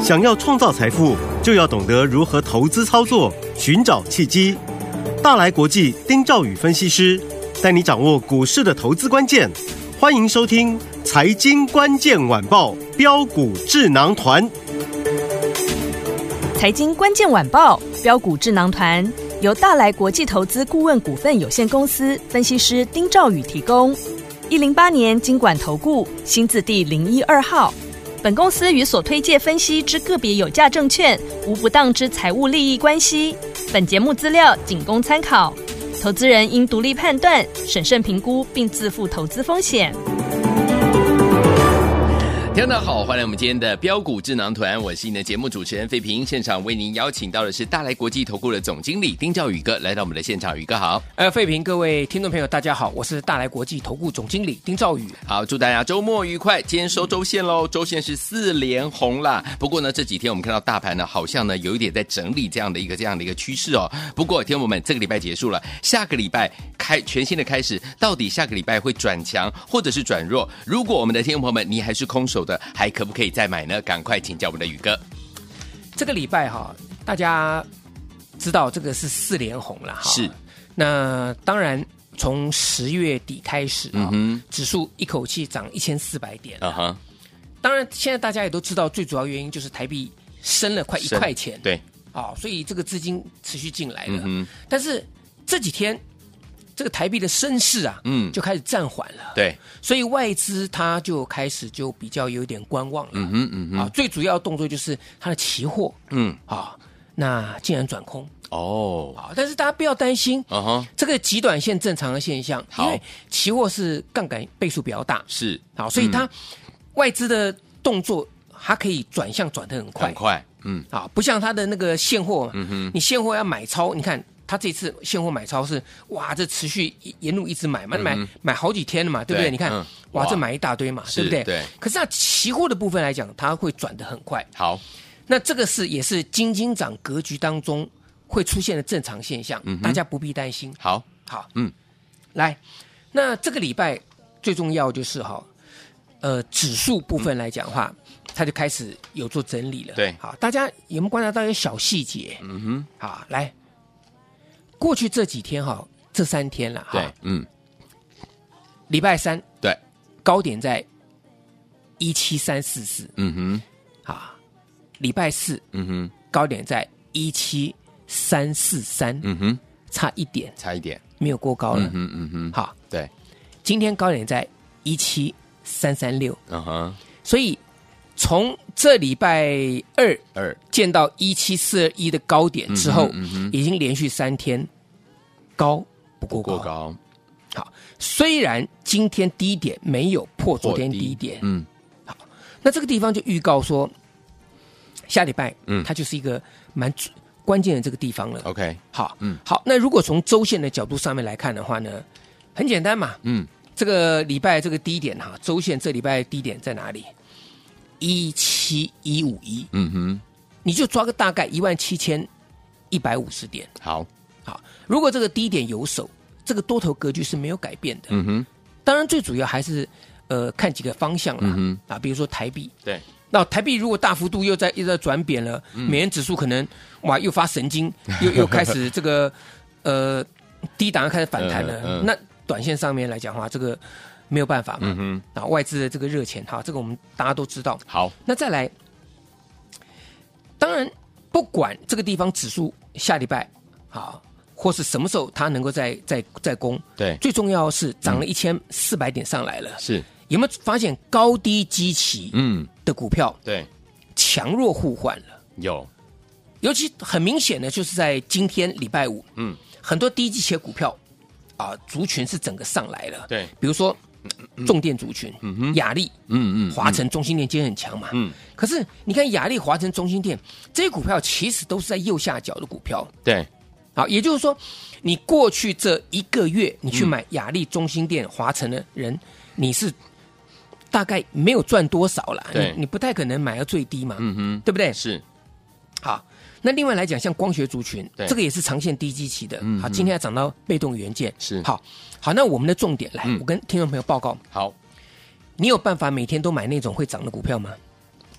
想要创造财富，就要懂得如何投资操作，寻找契机。大来国际丁兆宇分析师带你掌握股市的投资关键。欢迎收听《财经关键晚报》标股智囊团。 财经关键晚报标股智囊团由大来国际投资顾问股份有限公司分析师丁兆宇提供。108年金管投顾新字第012号。本公司与所推介分析之个别有价证券无不当之财务利益关系。本节目资料仅供参考，投资人应独立判断、审慎评估并自负投资风险。 听众好，欢迎来我们今天的标股智囊团，我是你的节目主持人费平。现场为您邀请到的是大来国际投顾的总经理丁兆宇哥来到我们的现场，宇哥好。 费平，各位听众朋友大家好，我是大来国际投顾总经理丁兆宇。 好，祝大家周末愉快。今天收周线咯，周线是4连红啦。不过呢，这几天我们看到大盘呢，好像呢有一点在整理这样的一个趋势哦。不过听众们，这个礼拜结束了，下个礼拜全新的开始，到底下个礼拜会转强或者是转弱？如果我们的听众朋友们你还是空手的，还可不可以再买呢？赶快请教我们的宇哥。 这个礼拜大家知道这个是4连红了是。 那当然从10月底开始指数一口气涨1400点当然现在大家也都知道，最主要原因就是台币升了快1块钱， 对所以这个资金持续进来了但是这几天这个台币的升势就开始暂缓了， 对， 所以外资它就开始就比较有点观望了，最主要的动作就是它的期货，那竟然转空但是大家不要担心，这个极短线正常的现象，因为期货是杠杆倍数比较大， 是所以它外资的动作它可以转向转得很快，不像它的那个现货，你现货要买超，你看。他这次现货买超是这持续沿路一直买好几天了嘛，对不对？你看这买一大堆嘛，对不对？ 对。 可是它期货的部分来讲，它会转得很快。 好， 那这个也是金金涨格局当中会出现的正常现象，大家不必担心。 好， 来，那这个礼拜最重要就是指数部分来讲的话，它就开始有做整理了。 对， 好，大家有没有观察到一些小细节？好，来。过去这几天这3天了对， 礼拜3 对， 高点在17344，礼拜4高点在17343，差一点，没有过高了，好， 对， 今天高点在17336，所以从这礼拜2见到17421的高点之后，已经连续3天高不过高。好，虽然今天低点没有破昨天低点，好，那这个地方就预告说，下礼拜它就是一个蛮关键的这个地方了。 OK， 好，好，那如果从周线的角度上面来看的话呢，很简单嘛，这个礼拜这个低点周线这礼拜低点在哪里？17151，你就抓个大概17150点。 好， 如果这个低点有守，这个多头格局是没有改变的。当然最主要还是看几个方向啦，比如说台币， 对， 那台币如果大幅度又在转贬了，美元指数可能又发神经，又开始这个低档开始反弹了，那短线上面来讲的话，这个没有办法嘛，外资的这个热钱，这个我们大家都知道。 好， 那再来，当然不管这个地方指数下礼拜或是什么时候它能够再攻， 对， 最重要的是涨了1400点上来了， 是有没有发现高低基期的股票对强弱互换了？ 有， 尤其很明显的就是在今天礼拜5，很多低基期的股票族群是整个上来了， 对， 比如说重电族群，亚力，华城、中兴电今天很强嘛，可是你看亚力、华城、中兴电这些股票其实都是在右下角的股票， 对， 好，也就是说，你过去这1个月你去买亚力、中兴电、华城的人，你是大概没有赚多少啦，你不太可能买到最低嘛，对不对？ 是， 好。那另外来讲，像光学族群，这个也是长线低基期的，好，今天要涨到被动元件， 是好。那我们的重点来，我跟听众朋友报告， 好， 你有办法每天都买那种会涨的股票吗？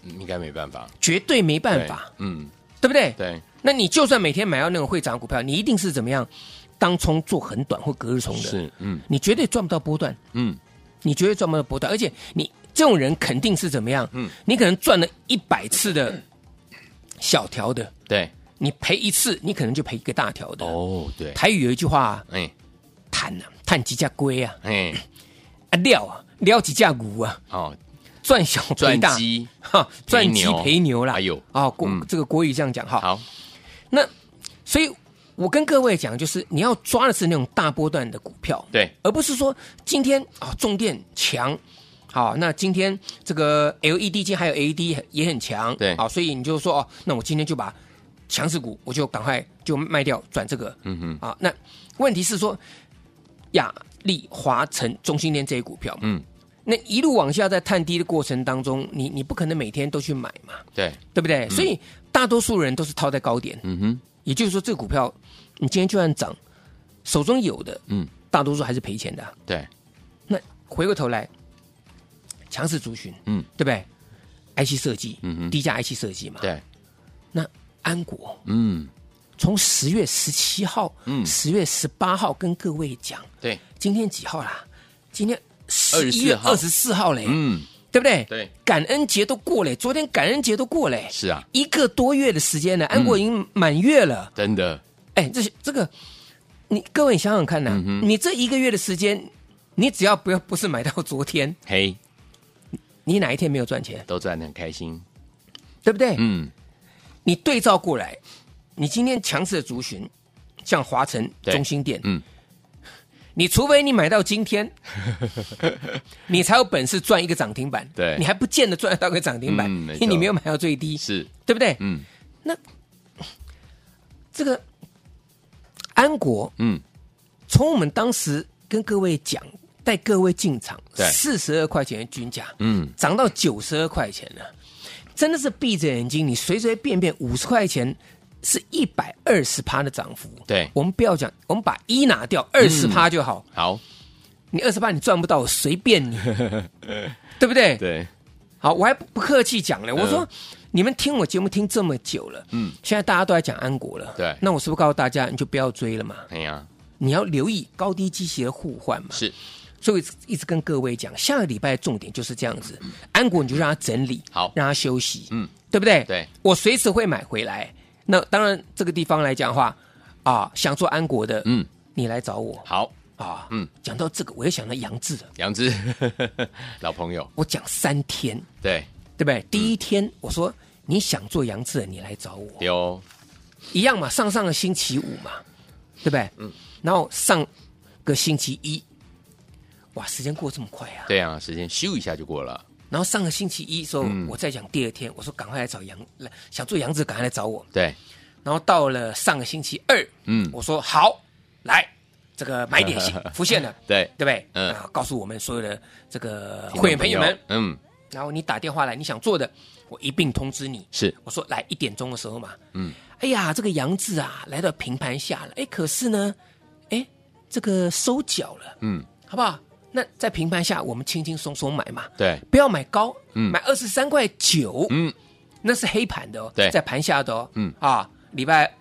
应该没办法， 绝对没办法，对不对？ 对。 那你就算每天买到那种会涨股票，你一定是怎么样？当冲做很短或隔日冲的， 是， 你绝对赚不到波段，你绝对赚不到波段，而且你这种人肯定是怎么样？你可能赚了100次的小条的， 对， 你赔一次，你可能就赔一个大条的。 哦，对， 台语有一句话，赚几架龟啊，撩几架股啊， 哦， 赚小赔大，赚鸡赔牛啦， 哎呦， 这个国语这样讲哈。 好， 那所以我跟各位讲，就是你要抓的是那种大波段的股票， 对， 而不是说今天重电强，好，那今天这个 LED 今天还有 LED 也很强， 对， 好，所以你就说那我今天就把强势股我就赶快就卖掉转这个，那问题是说亚力、华城、中兴电这些股票，那一路往下在探低的过程当中，你不可能每天都去买嘛， 对不对？所以大多数人都是套在高点，也就是说这个股票你今天就算涨，手中有的，大多数还是赔钱的， 对。 那回过头来，强势族群，对不对 ？IC 设计，低价 IC 设计嘛， 对。 那安国，从10月17号，10月18号跟各位讲， 对， 今天几号啦？今天11月24号嘞，对不对？ 对， 感恩节都过嘞，昨天感恩节都过嘞， 是啊 ，1个多月的时间了，安国已经满月了， 真的。 哎，这个，各位想想看呐，你这1个月的时间，你只要不是买到昨天， 嘿， 你哪一天没有赚钱？ 都赚得很开心， 对不对？你对照过来，你今天强势的族群，像华城、中兴电，你除非你买到今天，你才有本事赚一个涨停板， 对， 你还不见得赚得到个涨停板，因为你没有买到最低， 是对不对？那这个安国，从我们当时跟各位讲，带各位进场，42块钱的均价，涨到92块钱了，真的是闭着眼睛，你随随便便50块钱是120%的涨幅。对，我们不要讲，我们把1拿掉，20%就好。好，你20%你赚不到，我随便你，对不对？对。好，我还不客气讲了，我说你们听我节目听这么久了，现在大家都在讲安国了，对，那我是不是告诉大家，你就不要追了嘛？哎呀，你要留意高低基期的互换嘛。是。所以一直跟各位讲，下个礼拜的重点就是这样子，安国你就让它整理，好，让它休息，对不对？对，我随时会买回来。那当然，这个地方来讲的话，想做安国的，你来找我。好讲到这个，我也想到杨志了，杨志老朋友，我讲3天，对不对？第一天我说你想做杨志的，你来找我，有一样嘛，上个星期五嘛，对不对？然后上个星期一。哇，时间过这么快啊！对啊，时间咻一下就过了。然后上个星期一的时候，我再讲第2天，我说赶快来找想做杨志，赶快来找我。对。然后到了上个星期二，我说好，来这个买点浮现了，对不对？告诉我们所有的这个会员朋友们，然后你打电话来，你想做的，我一并通知你。是，我说来1点钟的时候嘛，哎呀，这个杨志啊，来到平盘下了，哎，可是呢，哎，这个收脚了，好不好？那在平盘下，我们轻轻松松买嘛，对，不要买高，买23.9块，那是黑盘的哦，对，在盘下的哦，礼拜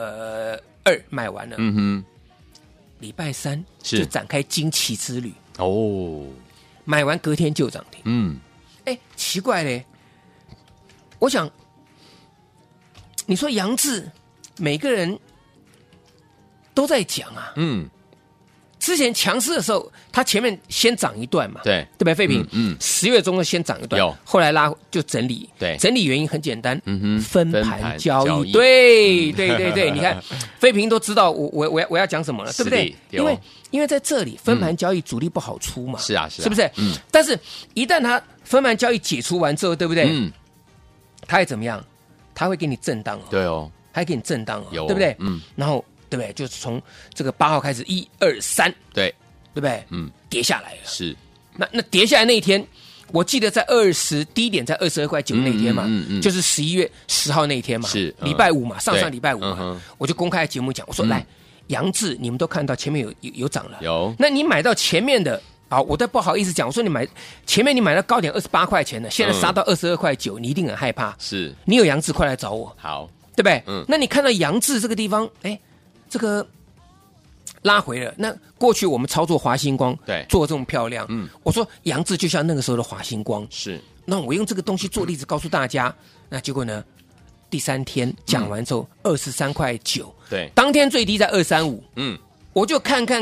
2买完了，礼拜3就展开惊奇之旅哦，买完隔天就涨停，哎，奇怪嘞，我想你说杨志，每个人都在讲啊，之前强势的时候，它前面先涨一段嘛，对不对？废品，10月中的先涨一段，后来拉就整理，对，整理原因很简单，分盘交易，对，你看废品都知道我要讲什么了，对不对？因为在这里分盘交易主力不好出嘛，是啊，是不是？但是一旦它分盘交易解除完之后，对不对？它会怎么样？它会给你震荡哦，对哦，还给你震荡哦，对不对？然后。对不对？就是从这个8号开始，1、2、3，对不对？跌下来了。是，那跌下来那一天，我记得在低点在22.9块那一天嘛，就是11月10号那一天嘛，是礼拜五嘛，上礼拜五嘛，我就公开节目讲，我说来，杨志，你们都看到前面有涨了，有，那你买到前面的好，我都不好意思讲，我说前面你买到高点28块钱了，现在杀到22块9，你一定很害怕。 是， 你有杨志快来找我， 好， 对不对？那你看到杨志这个地方，这个拉回了。那过去我们操作华星光， 对， 做这么漂亮，我说杨志就像那个时候的华星光， 是。 那我用这个东西做例子告诉大家，那结果呢？第3天讲完之后，23块9， 对， 当天最低在235，我就看到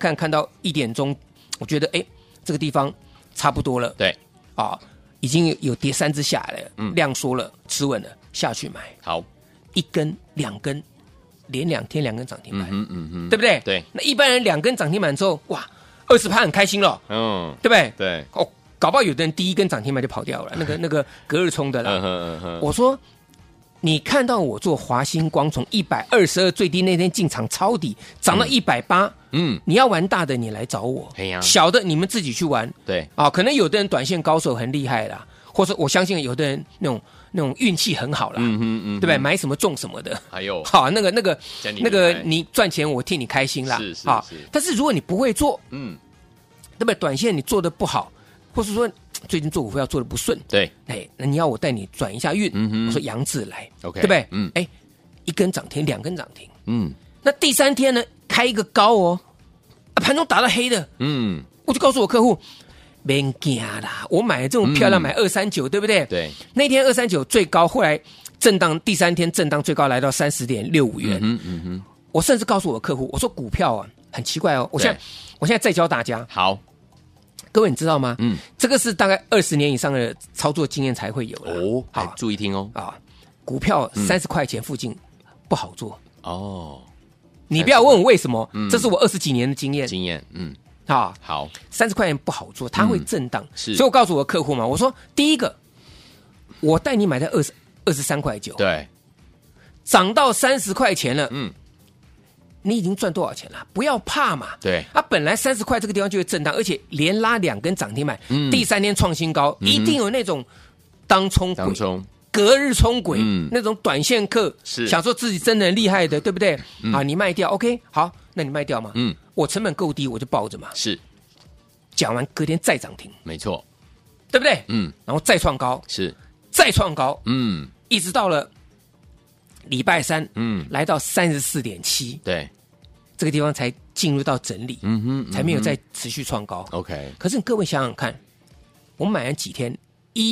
1点钟，我觉得这个地方差不多了， 对， 已经有跌3只下来了，量缩了，吃稳了，下去买， 好 ，1根2根，连2天2根涨停板，对不对？ 对， 那一般人2根涨停板之后，哇，20%很开心了，对不对？ 对， 搞不好有的人第1根涨停板就跑掉了，那个隔日冲的啦，我说。你看到我做华星光从122最低那天进场抄底，涨到180，你要玩大的你来找我，小的你们自己去玩， 对可能有的人短线高手很厉害啦，或者我相信有的人那种运气很好啦，对不对？买什么中什么的， 还有好那个你赚钱我替你开心啦， 是， 但是如果你不会做，对不对？短线你做的不好，或是说。最近做股票做的不顺， 对， 那你要我带你转一下运，我说杨志来 ，OK， 对不对？1根涨停，2根涨停，那第3天呢，开一个高哦，盘中打到黑的，我就告诉我客户，别惊啦，我买这种漂亮，买239，对不对？ 对， 那天239最高，后来震荡，第3天震荡最高来到30.65元，我甚至告诉我客户，我说股票啊，很奇怪哦，我现在再教大家， 好。 各位你知道吗？这个是大概20年以上的操作经验才会有的哦。好，注意听哦。 股票30块钱附近不好做哦。 你不要问我为什么，这是我20几年的经验。 好 ，30块钱不好做，它会震荡。 是， 所以我告诉我客户嘛，我说第一个，我带你买在23块9， 对， 涨到30块钱了，你已经赚多少钱了？不要怕嘛。 对， 本来30块这个地方就会震荡，而且连拉2根涨停板，第3天创新高，一定有那种当冲鬼、隔日冲鬼，那种短线客，想说自己真的很厉害的，对不对？你卖掉 ，OK， 好，那你卖掉嘛。我成本够低，我就抱着嘛。 是， 讲完隔天再涨停， 没错， 对不对？然后再创高， 是， 再创高，一直到了。礼拜3，来到34.7， 对， 这个地方才进入到整理，才没有再持续创高。 OK， 可是各位想想看，我们买了几天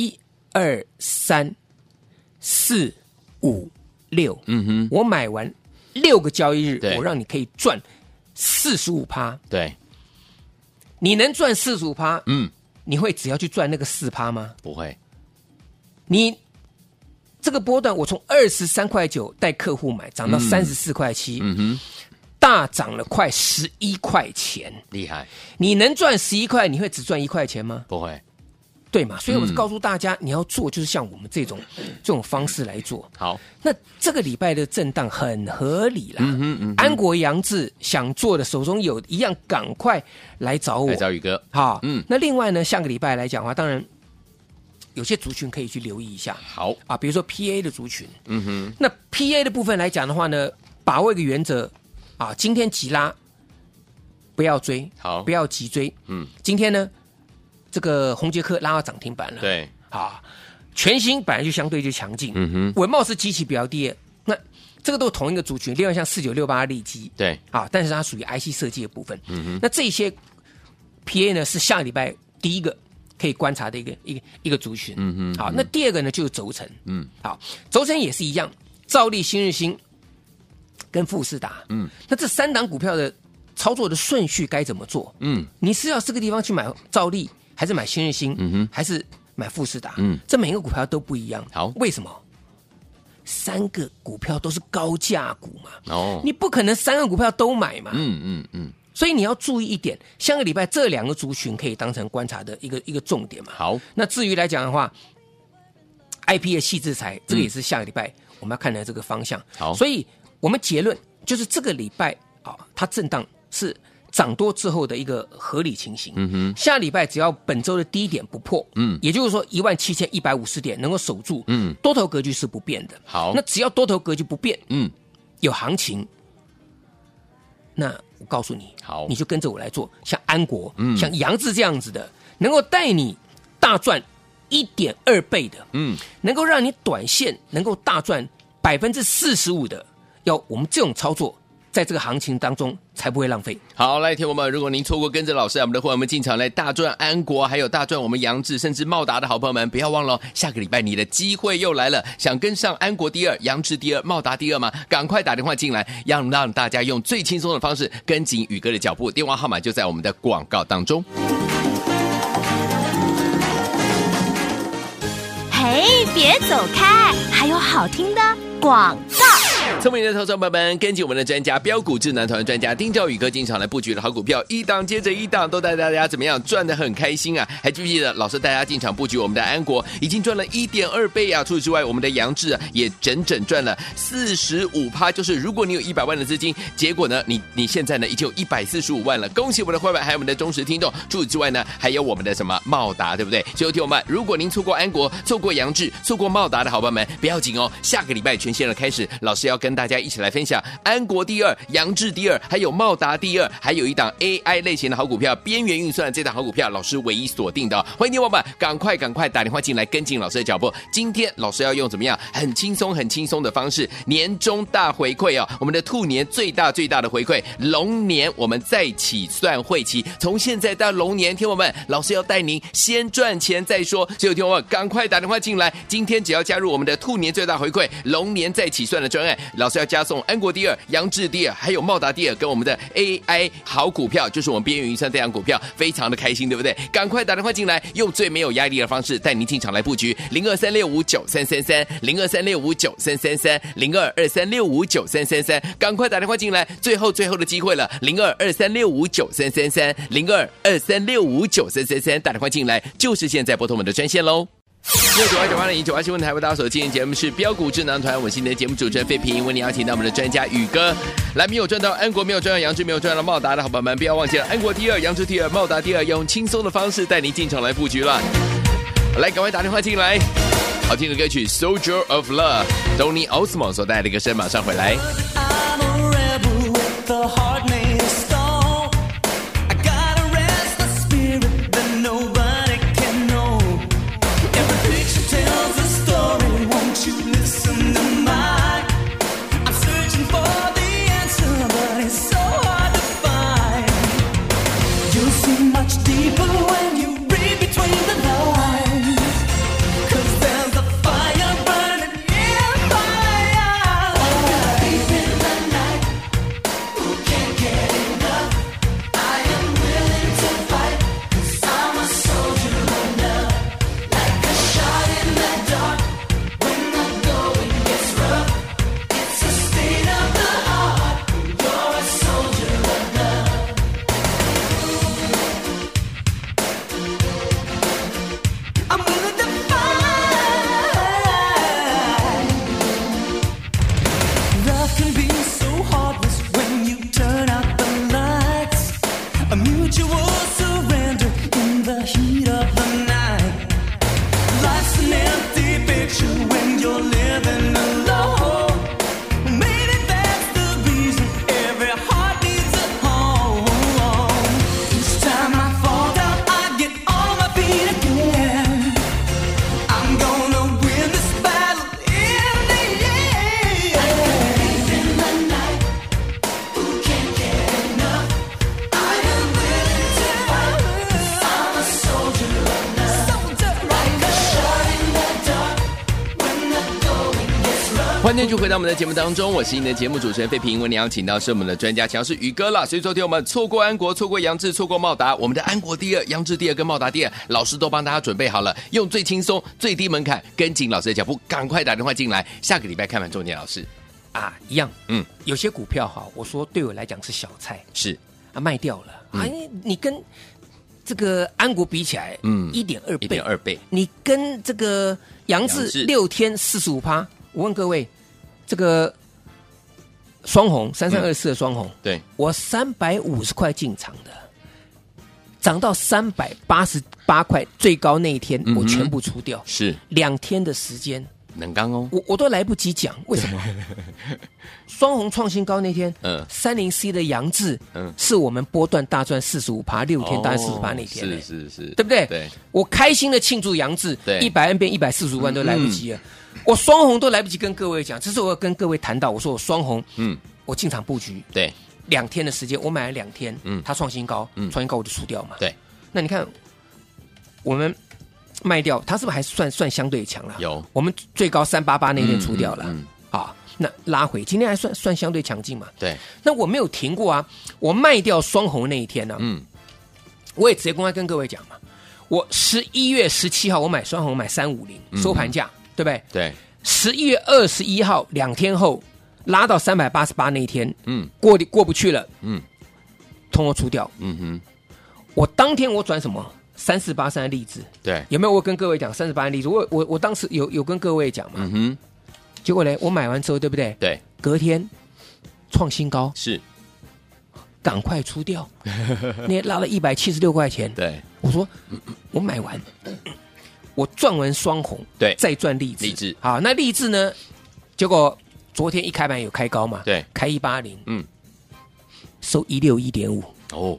？1、2、3、4、5、6，我买完6个交易日，我让你可以赚45%。 对， 你能赚45%，你会只要去赚那个4%吗？ 不会， 你。这个波段我从23块9带客户买，涨到34块7，大涨了快11块钱， 厉害！ 你能赚11块，你会只赚1块钱吗？ 不会， 对嘛？所以我是告诉大家，你要做就是像我们这种方式来做。 好， 那这个礼拜的震荡很合理啦。安国杨志想做的，手中有一样，赶快来找我， 来找宇哥。 好，那另外呢，下个礼拜来讲的话，当然。有些族群可以去留意一下， 好比如说 PA 的族群，那 PA 的部分来讲的话呢，把握一个原则今天急拉不要追， 好， 不要急追，今天呢，这个宏捷科拉到涨停板了， 对， 全新本来就相对就强劲，稳懋是基期比较低，那这个都是同一个族群，另外像4968利基， 对， 但是它属于 IC 设计的部分，那这些 PA 呢是下个礼拜第一个。可以观察的一个族群，好，那第二个呢就是轴承，好，轴承也是一样，兆利、新日兴跟富士达，那这3档股票的操作的顺序该怎么做？你是要这个地方去买兆利，还是买新日兴，还是买富士达？这每个股票都不一样， 好， 为什么？3个股票都是高价股嘛，你不可能3个股票都买嘛，所以你要注意一点，下个礼拜这2个族群可以当成观察的一个重点嘛。 好， 那至于来讲的话 ，IP 的矽智财这个也是下个礼拜我们要看的这个方向。 好， 所以我们结论就是这个礼拜它震荡是涨多之后的一个合理情形。下礼拜只要本周的低点不破，也就是说17150点能够守住，多头格局是不变的。 好， 那只要多头格局不变，有行情，那我告诉你， 好， 你就跟着我来做，像安国、像扬智这样子的，能够带你大赚1.2倍的，能够让你短线能够大赚45%的，要我们这种操作，在这个行情当中才不会浪费。 好，来，听我们，如果您错过跟着老师我们的会员们进场来大赚安国，还有大赚我们扬智，甚至茂达的好朋友们，不要忘了下个礼拜你的机会又来了。想跟上安国第二、扬智第二、茂达第二吗？赶快打电话进来，让大家用最轻松的方式跟紧宇哥的脚步。电话号码就在我们的广告当中。 嘿，别走开，还有好听的广告。 聪明的投资者朋友们，跟紧我们的专家标股智囊团专家丁兆宇哥进场来布局的好股票，一档接着一档，都带大家怎么样赚得很开心啊！还记不记得老师带大家进场布局我们的安国，已经赚了1.2倍啊！除此之外，我们的扬智也整赚了45%，就是如果你有100万的资金，结果呢，你现在呢已经有145万了，恭喜我们的会员，还有我们的忠实听众。除此之外呢，还有我们的什么茂达，对不对？所以听我们，如果您错过安国、错过扬智、错过茂达的好朋友们，不要紧哦，下个礼拜全线的开始，老师要跟大家一起来分享安国第二、扬智第二，还有茂达第二，还有一档 AI 类型的好股票，边缘运算这档好股票，老师唯一锁定的哦。欢迎听众们赶快打电话进来跟进老师的脚步。今天老师要用怎么样很轻松的方式，年终大回馈哦，我们的兔年最大的回馈，龙年我们再起算会期，从现在到龙年，听众们，老师要带您先赚钱再说。所以听众们赶快打电话进来，今天只要加入我们的兔年最大回馈，龙年再起算的专案，老师要加送安国第二、扬智第二，还有茂达第二，跟我们的 AI 好股票，就是我们边缘运算这档股票，非常的开心，对不对？赶快打电话进来，用最没有压力的方式带您进场来布局0236593333 02365933 0223659333，赶快打电话进来，最后的机会了0223659333 0223659333，打电话进来就是现在，拨通我们的专线喽。692-980-198新闻台为大家所今天节目是标股智囊团，我是你的节目主持人费平，为你邀请到我们的专家宇哥来。没有赚到安国，没有赚到扬智，没有赚到茂达的好朋友们，不要忘记了安国第二、扬智第二、茂达第二，用轻松的方式带你进场来布局了。来，赶快打电话进来。好听的歌曲 Soldier of Love， Donny Osmond 所带来的歌声，马上回来。欢迎继续回到我们的节目当中，我是你的节目主持人费平，为你邀请到是我们的专家强势宇哥了。所以昨天我们错过安国、错过扬智、错过茂达，我们的安国第二、扬智第二跟茂达第二，老师都帮大家准备好了，用最轻松、最低门槛跟紧老师的脚步，赶快打电话进来。下个礼拜看盘重点，老师啊，一样，有些股票哈，我说对我来讲是小菜， 是啊，卖掉了，你跟这个安国比起来，1.2倍，你跟这个扬智6天45%，我问各位，这个双红3324的双红， 对我350块进场的，涨到388块，最高那一天我全部出掉， 是 2天的时间， 能刚哦， 我都来不及讲，为什么？双红创新高那天，30C 的扬智，是我们波段大赚45%，6天大赚40%那天， 是， 对不对？ 对， 我开心的庆祝扬智，100N 变145万都来不及了，我双红都来不及跟各位讲，这是我跟各位谈到，我说我双红，我进场布局， 对 ，2天的时间，我买了2天，它创新高，创新高我就出掉嘛， 对， 那你看我们。卖掉，它是不是还算相对强了？ 有， 我们最高388那天出掉了，啊，那拉回，今天还算相对强劲嘛？ 对， 那我没有停过啊，我卖掉双红那一天呢，我也直接公开跟各位讲嘛，我11月17号我买双红买350收盘价，对不对？ 对 ，11月21号2天后拉到388那一天，过不去了，通通出掉，我当天我转什么？3483的例子， 对， 有没有我跟各位讲3483的例子？我当时有跟各位讲嘛，结果呢，我买完之后，对不对？ 对， 隔天创新高， 是， 赶快出掉，那天拉了176块钱， 对， 我说我买完，我赚完双红， 对， 再赚励志，好，那励志呢？结果昨天一开盘有开高嘛， 对， 开180，收161.5， 哦。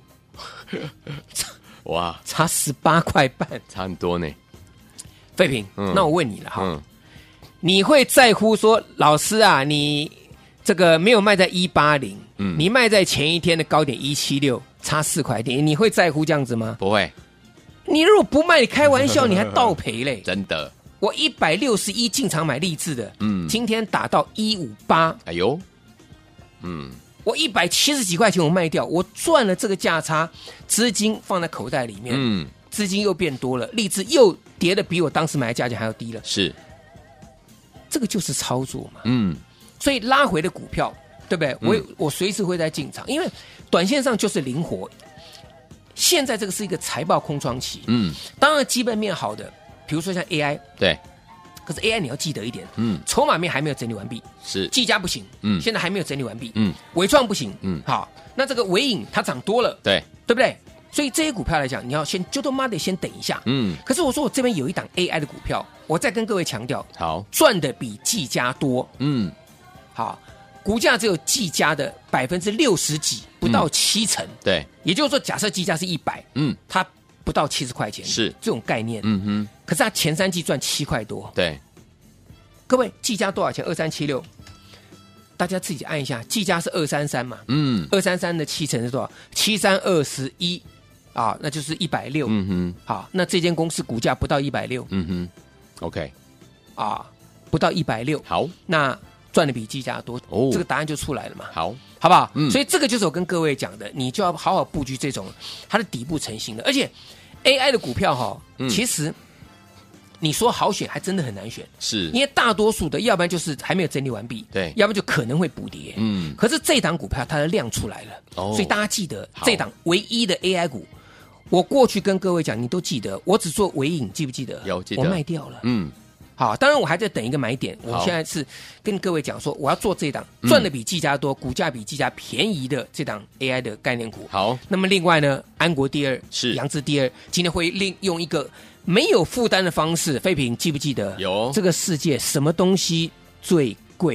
哇， 差18块半， 差很多呢。 废品，那我问你了哈，你会在乎说老师啊，你这个没有卖在180，你卖在前一天的高点176，差4块钱，你会在乎这样子吗？ 不会。 你如果不卖，你开玩笑，你还倒赔嘞。 真的， 我161进场买励志的，今天打到158， 哎呦， 我170几块钱我卖掉，我赚了这个价差，资金放在口袋里面，资金又变多了，励志又跌的比我当时买的价钱还要低了， 是， 这个就是操作嘛，所以拉回的股票，对不对？我随时会在进场，因为短线上就是灵活。现在这个是一个财报空窗期，当然基本面好的，比如说像 AI， 对。 可是 AI 你要记得一点，筹码面还没有整理完毕， 是技嘉不行，现在还没有整理完毕，伟创不行，好，那这个伟影它涨多了， 对不对？所以这些股票来讲，你要先就他妈得先等一下，可是我说我这边有一档 AI 的股票，我再跟各位强调， 好， 赚的比技嘉多，好，股价只有技嘉的60%几，不到70%， 对， 也就是说，假设技嘉是100，它不到70块钱， 是这种概念，可是它前3季赚7块多， 对， 各位，技嘉多少钱？2376，大家自己按一下，技嘉是233嘛，233的7成是多少？7321啊，那就是160，好，那这间公司股价不到160 ，OK， 啊，不到160， 好， 那赚的比技嘉多，这个答案就出来了嘛， 好不好？所以这个就是我跟各位讲的，你就要好好布局这种它的底部成型的，而且 AI 的股票哈，其实你说好选还真的很难选， 是因为大多数的要不然就是还没有整理完毕， 对， 要不然就可能会补跌，可是这档股票它的量出来了，所以大家记得这档唯一的 AI 股，我过去跟各位讲，你都记得，我只做微影，记不记得？ 有记得， 我卖掉了，好，当然我还在等一个买点。我现在是跟各位讲说，我要做这档赚的比技嘉多、股价比技嘉便宜的这档 AI 的概念股。 好， 那么另外呢，安国第二是扬智第二，今天会用一个没有负担的方式。废品记不记得？ 有。 这个世界什么东西最贵？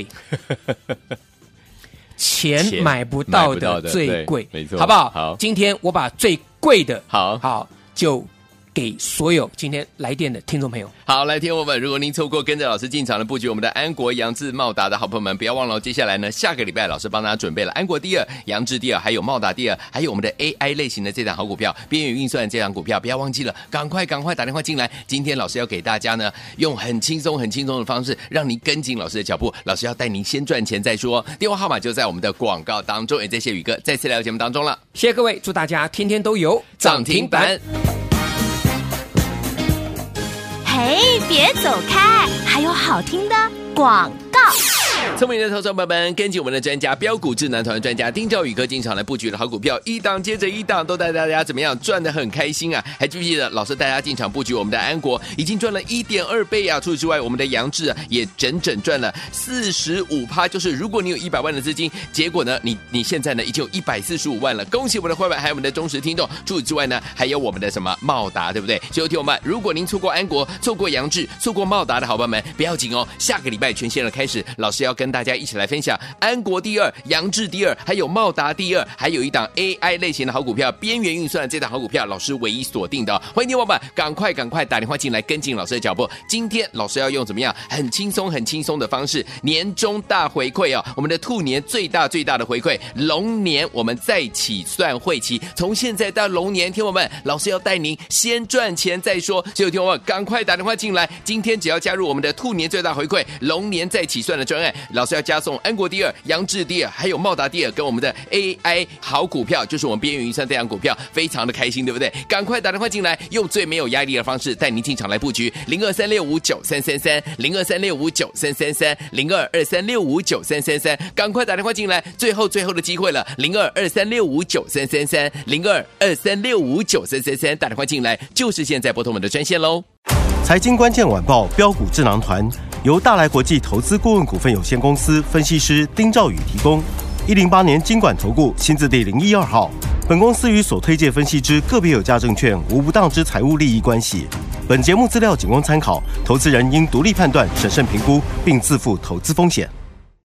钱买不到的最贵， 没错， 好不好？ 好， 今天我把最贵的， 好就给所有今天来电的听众朋友。 好，来听我们，如果您错过跟着老师进场的布局我们的安国、扬智、茂达的好朋友们，不要忘了接下来呢，下个礼拜老师帮大家准备了安国第二、扬智第二，还有茂达第二，还有我们的 AI 类型的这档好股票，边缘运算这档股票，不要忘记了，赶快打电话进来。今天老师要给大家呢，用很轻松的方式，让您跟紧老师的脚步。老师要带您先赚钱再说，电话号码就在我们的广告当中，也谢谢宇哥再次来到节目当中了。 谢谢各位，祝大家天天都有涨停板。 嘿，别走开，还有好听的广告。 聪明的投资者朋友们，跟紧我们的专家标股智囊团专家丁兆宇哥进场来布局的好股票，一档接着一档，都带大家怎么样赚得很开心啊！还记不记得老师带大家进场布局我们的安国，已经赚了 1.2 倍啊！除此之外，我们的扬智也整整赚了 45%， 就是如果你有100万的资金，结果呢，你现在呢已经有145万了，恭喜我们的会员还有我们的忠实听众。除此之外呢，还有我们的什么茂达，对不对？所以听我们，如果您错过安国、错过扬智、错过茂达的好朋友们，不要紧哦，下个礼拜全线的开始，老师要跟大家一起来分享安国第2，扬智第2，还有茂达第2，还有一档 AI 类型的好股票，边缘运算的这档好股票，老师唯一锁定的。欢迎听众朋友们赶快打电话进来跟进老师的脚步。今天老师要用怎么样很轻松的方式，年终大回馈哦，我们的兔年最大的回馈，龙年我们再起算会期，从现在到龙年，听我们老师要带您先赚钱再说。所以听我们赶快打电话进来，今天只要加入我们的兔年最大回馈，龙年再起算的专案，老师要加送安国第2、扬智第2，还有茂达第2，跟我们的 AI 好股票，就是我们边缘运算这档股票，非常的开心，对不对？赶快打电话进来，用最没有压力的方式带您进场来布局0236593333 02365933 0223659333，赶快打电话进来，最后的机会了，0223659333 0223659333，打电话进来就是现在，拨通我们的专线喽。 财经关键晚报标股智囊团由大来国际投资顾问股份有限公司分析师丁兆宇提供。108年金管投顾新字第012号。本公司与所推介分析之个别有价证券无不当之财务利益关系。本节目资料仅供参考，投资人应独立判断、审慎评估，并自负投资风险。